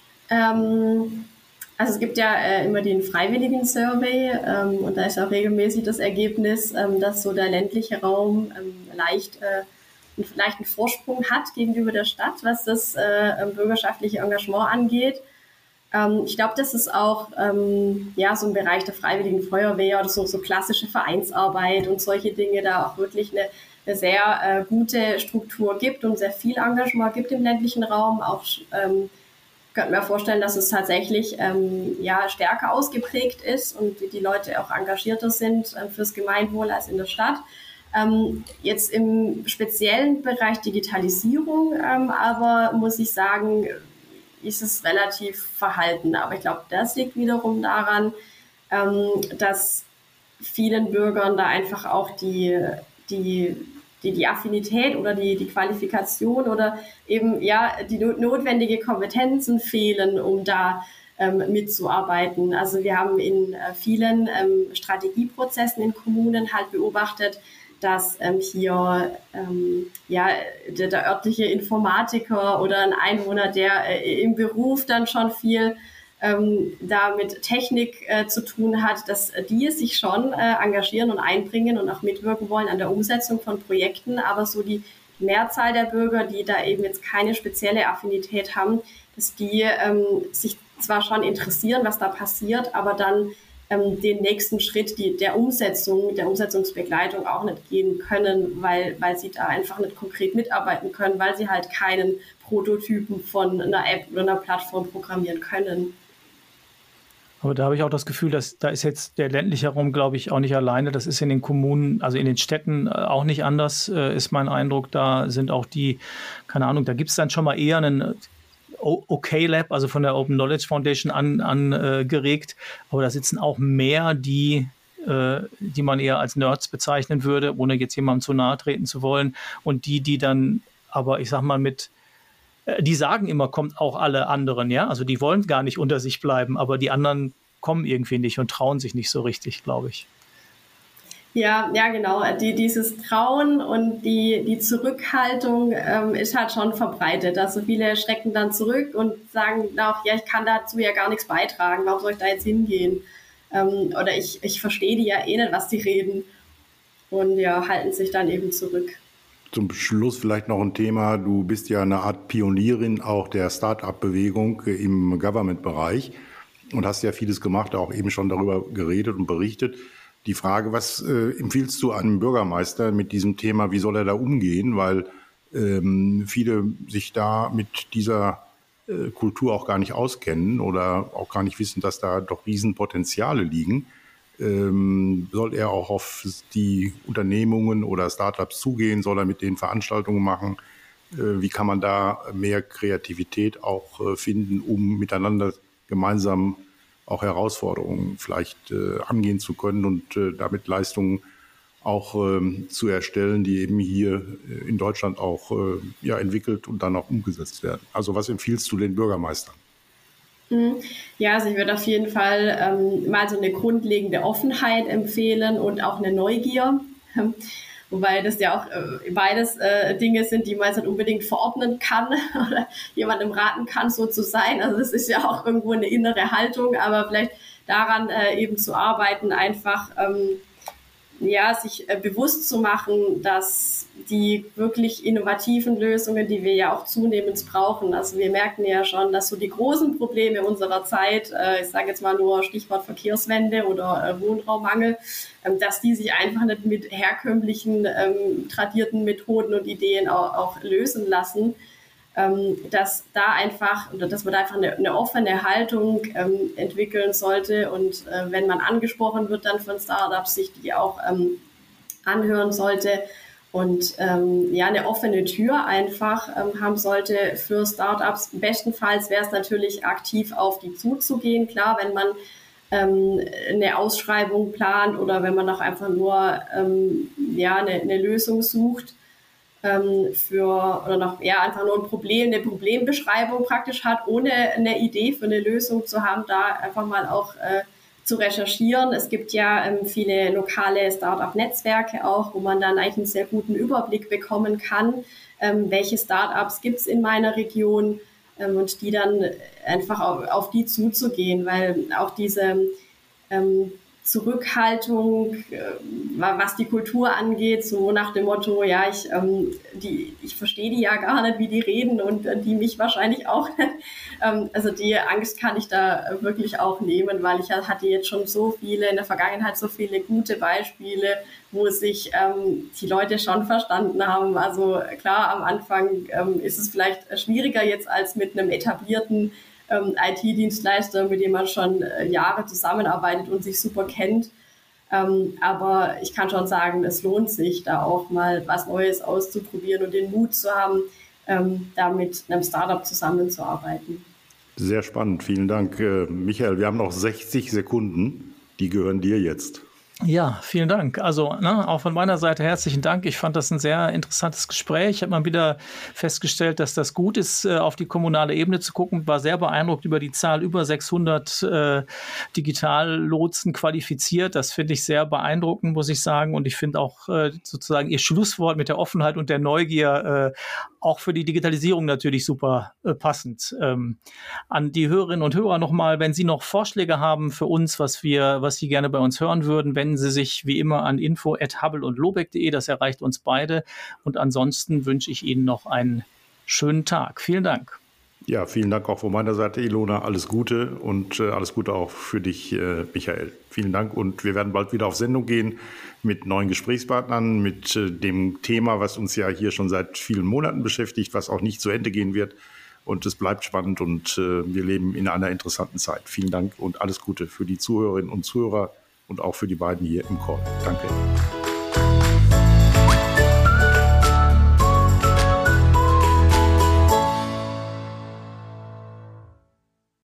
S3: Ähm, also es gibt ja äh, immer den freiwilligen Survey ähm, und da ist auch regelmäßig das Ergebnis, ähm, dass so der ländliche Raum ähm, leicht äh, einen leichten Vorsprung hat gegenüber der Stadt, was das äh, bürgerschaftliche Engagement angeht. Ähm, ich glaube, das ist auch ähm, ja, so ein Bereich der Freiwilligen Feuerwehr oder so, so klassische Vereinsarbeit und solche Dinge, da auch wirklich eine, eine sehr äh, gute Struktur gibt und sehr viel Engagement gibt im ländlichen Raum. Auch ähm, könnte mir vorstellen, dass es tatsächlich ähm, ja, stärker ausgeprägt ist und die Leute auch engagierter sind äh, fürs Gemeinwohl als in der Stadt. Ähm, jetzt im speziellen Bereich Digitalisierung, ähm, aber muss ich sagen, ist es relativ verhalten. Aber ich glaube, das liegt wiederum daran, ähm, dass vielen Bürgern da einfach auch die, die, die, die Affinität oder die, die Qualifikation oder eben ja die notwendige Kompetenzen fehlen, um da ähm, mitzuarbeiten. Also wir haben in äh, vielen ähm, Strategieprozessen in Kommunen halt beobachtet, dass ähm, hier ähm, ja, der, der örtliche Informatiker oder ein Einwohner, der äh, im Beruf dann schon viel ähm, da mit Technik äh, zu tun hat, dass die sich schon äh, engagieren und einbringen und auch mitwirken wollen an der Umsetzung von Projekten, aber so die Mehrzahl der Bürger, die da eben jetzt keine spezielle Affinität haben, dass die ähm, sich zwar schon interessieren, was da passiert, aber dann den nächsten Schritt die, der Umsetzung, der Umsetzungsbegleitung auch nicht gehen können, weil, weil sie da einfach nicht konkret mitarbeiten können, weil sie halt keinen Prototypen von einer App oder einer Plattform programmieren können.
S2: Aber da habe ich auch das Gefühl, dass da ist jetzt der ländliche Raum, glaube ich, auch nicht alleine. Das ist in den Kommunen, also in den Städten auch nicht anders, ist mein Eindruck. Da sind auch die, keine Ahnung, da gibt es dann schon mal eher einen OK-Lab, also von der Open Knowledge Foundation angeregt, an, äh, aber da sitzen auch mehr, die, äh, die man eher als Nerds bezeichnen würde, ohne jetzt jemandem zu nahe treten zu wollen. Und die, die dann, aber ich sag mal mit, äh, die sagen immer, kommt auch alle anderen, ja, also die wollen gar nicht unter sich bleiben, aber die anderen kommen irgendwie nicht und trauen sich nicht so richtig, glaube ich.
S3: Ja, ja, genau. Die, dieses Trauen und die, die Zurückhaltung ähm, ist halt schon verbreitet. Also viele schrecken dann zurück und sagen auch, ja, ich kann dazu ja gar nichts beitragen. Warum soll ich da jetzt hingehen? Ähm, oder ich, ich verstehe die ja eh nicht, was die reden. Und ja, halten sich dann eben zurück.
S1: Zum Schluss vielleicht noch ein Thema. Du bist ja eine Art Pionierin auch der Start-up-Bewegung im Government-Bereich und hast ja vieles gemacht, auch eben schon darüber geredet und berichtet. Die Frage, was äh, empfiehlst du einem Bürgermeister mit diesem Thema, wie soll er da umgehen? Weil ähm, viele sich da mit dieser äh, Kultur auch gar nicht auskennen oder auch gar nicht wissen, dass da doch Riesenpotenziale liegen. Ähm, soll er auch auf die Unternehmungen oder Startups zugehen? Soll er mit denen Veranstaltungen machen? Äh, wie kann man da mehr Kreativität auch äh, finden, um miteinander gemeinsam auch Herausforderungen vielleicht äh, angehen zu können und äh, damit Leistungen auch ähm, zu erstellen, die eben hier in Deutschland auch äh, ja, entwickelt und dann auch umgesetzt werden. Also was empfiehlst du den Bürgermeistern?
S3: Ja, also ich würde auf jeden Fall ähm, mal so eine grundlegende Offenheit empfehlen und auch eine Neugier. Wobei das ja auch äh, beides äh, Dinge sind, die man jetzt nicht unbedingt verordnen kann oder jemandem raten kann, so zu sein. Also das ist ja auch irgendwo eine innere Haltung, aber vielleicht daran äh, eben zu arbeiten, einfach ähm, ja, sich äh, bewusst zu machen, dass die wirklich innovativen Lösungen, die wir ja auch zunehmend brauchen, also wir merken ja schon, dass so die großen Probleme unserer Zeit, äh, ich sage jetzt mal nur Stichwort Verkehrswende oder äh, Wohnraummangel, ähm, dass die sich einfach nicht mit herkömmlichen, ähm, tradierten Methoden und Ideen auch, auch lösen lassen. Ähm, dass da einfach, oder dass man da einfach eine, eine offene Haltung ähm, entwickeln sollte und äh, wenn man angesprochen wird dann von Startups, sich die auch ähm, anhören sollte und ähm, ja, eine offene Tür einfach ähm, haben sollte für Startups. Bestenfalls wäre es natürlich aktiv auf die zuzugehen, klar, wenn man ähm, eine Ausschreibung plant oder wenn man auch einfach nur ähm, ja, eine, eine Lösung sucht, für oder noch ja einfach nur ein Problem, eine Problembeschreibung praktisch hat, ohne eine Idee für eine Lösung zu haben, da einfach mal auch äh, zu recherchieren. Es gibt ja ähm, viele lokale Start-up-Netzwerke auch, wo man dann eigentlich einen sehr guten Überblick bekommen kann, ähm, welche Start-ups gibt es in meiner Region ähm, und die dann einfach auf, auf die zuzugehen, weil auch diese ähm, Zurückhaltung, äh, was die Kultur angeht, so nach dem Motto, ja, ich, ähm, die, ich verstehe die ja gar nicht, wie die reden und äh, die mich wahrscheinlich auch nicht. ähm, also die Angst kann ich da wirklich auch nehmen, weil ich hatte jetzt schon so viele, in der Vergangenheit so viele gute Beispiele, wo sich ähm, die Leute schon verstanden haben. Also klar, am Anfang ähm, ist es vielleicht schwieriger jetzt als mit einem etablierten ähm, I T-Dienstleister, mit dem man schon äh, Jahre zusammenarbeitet und sich super kennt. Ähm, aber ich kann schon sagen, es lohnt sich, da auch mal was Neues auszuprobieren und den Mut zu haben, ähm, da mit einem Startup zusammenzuarbeiten.
S1: Sehr spannend, vielen Dank. Äh, Michael, wir haben noch sechzig Sekunden, die gehören dir jetzt.
S2: Ja, vielen Dank. Also ne, auch von meiner Seite herzlichen Dank. Ich fand das ein sehr interessantes Gespräch. Ich habe mal wieder festgestellt, dass das gut ist, auf die kommunale Ebene zu gucken. War sehr beeindruckt über die Zahl, über sechshundert äh, Digitallotsen qualifiziert. Das finde ich sehr beeindruckend, muss ich sagen. Und ich finde auch äh, sozusagen Ihr Schlusswort mit der Offenheit und der Neugier äh, auch für die Digitalisierung natürlich super äh, passend. Ähm, an die Hörerinnen und Hörer nochmal, wenn Sie noch Vorschläge haben für uns, was wir, was Sie gerne bei uns hören würden, wenn Sie sich wie immer an info at hubble und lobeck punkt de, das erreicht uns beide. Und ansonsten wünsche ich Ihnen noch einen schönen Tag. Vielen Dank.
S1: Ja, vielen Dank auch von meiner Seite, Ilona. Alles Gute und äh, alles Gute auch für dich, äh, Michael. Vielen Dank und wir werden bald wieder auf Sendung gehen mit neuen Gesprächspartnern, mit äh, dem Thema, was uns ja hier schon seit vielen Monaten beschäftigt, was auch nicht zu Ende gehen wird. Und es bleibt spannend und äh, wir leben in einer interessanten Zeit. Vielen Dank und alles Gute für die Zuhörerinnen und Zuhörer und auch für die beiden hier im Call. Danke.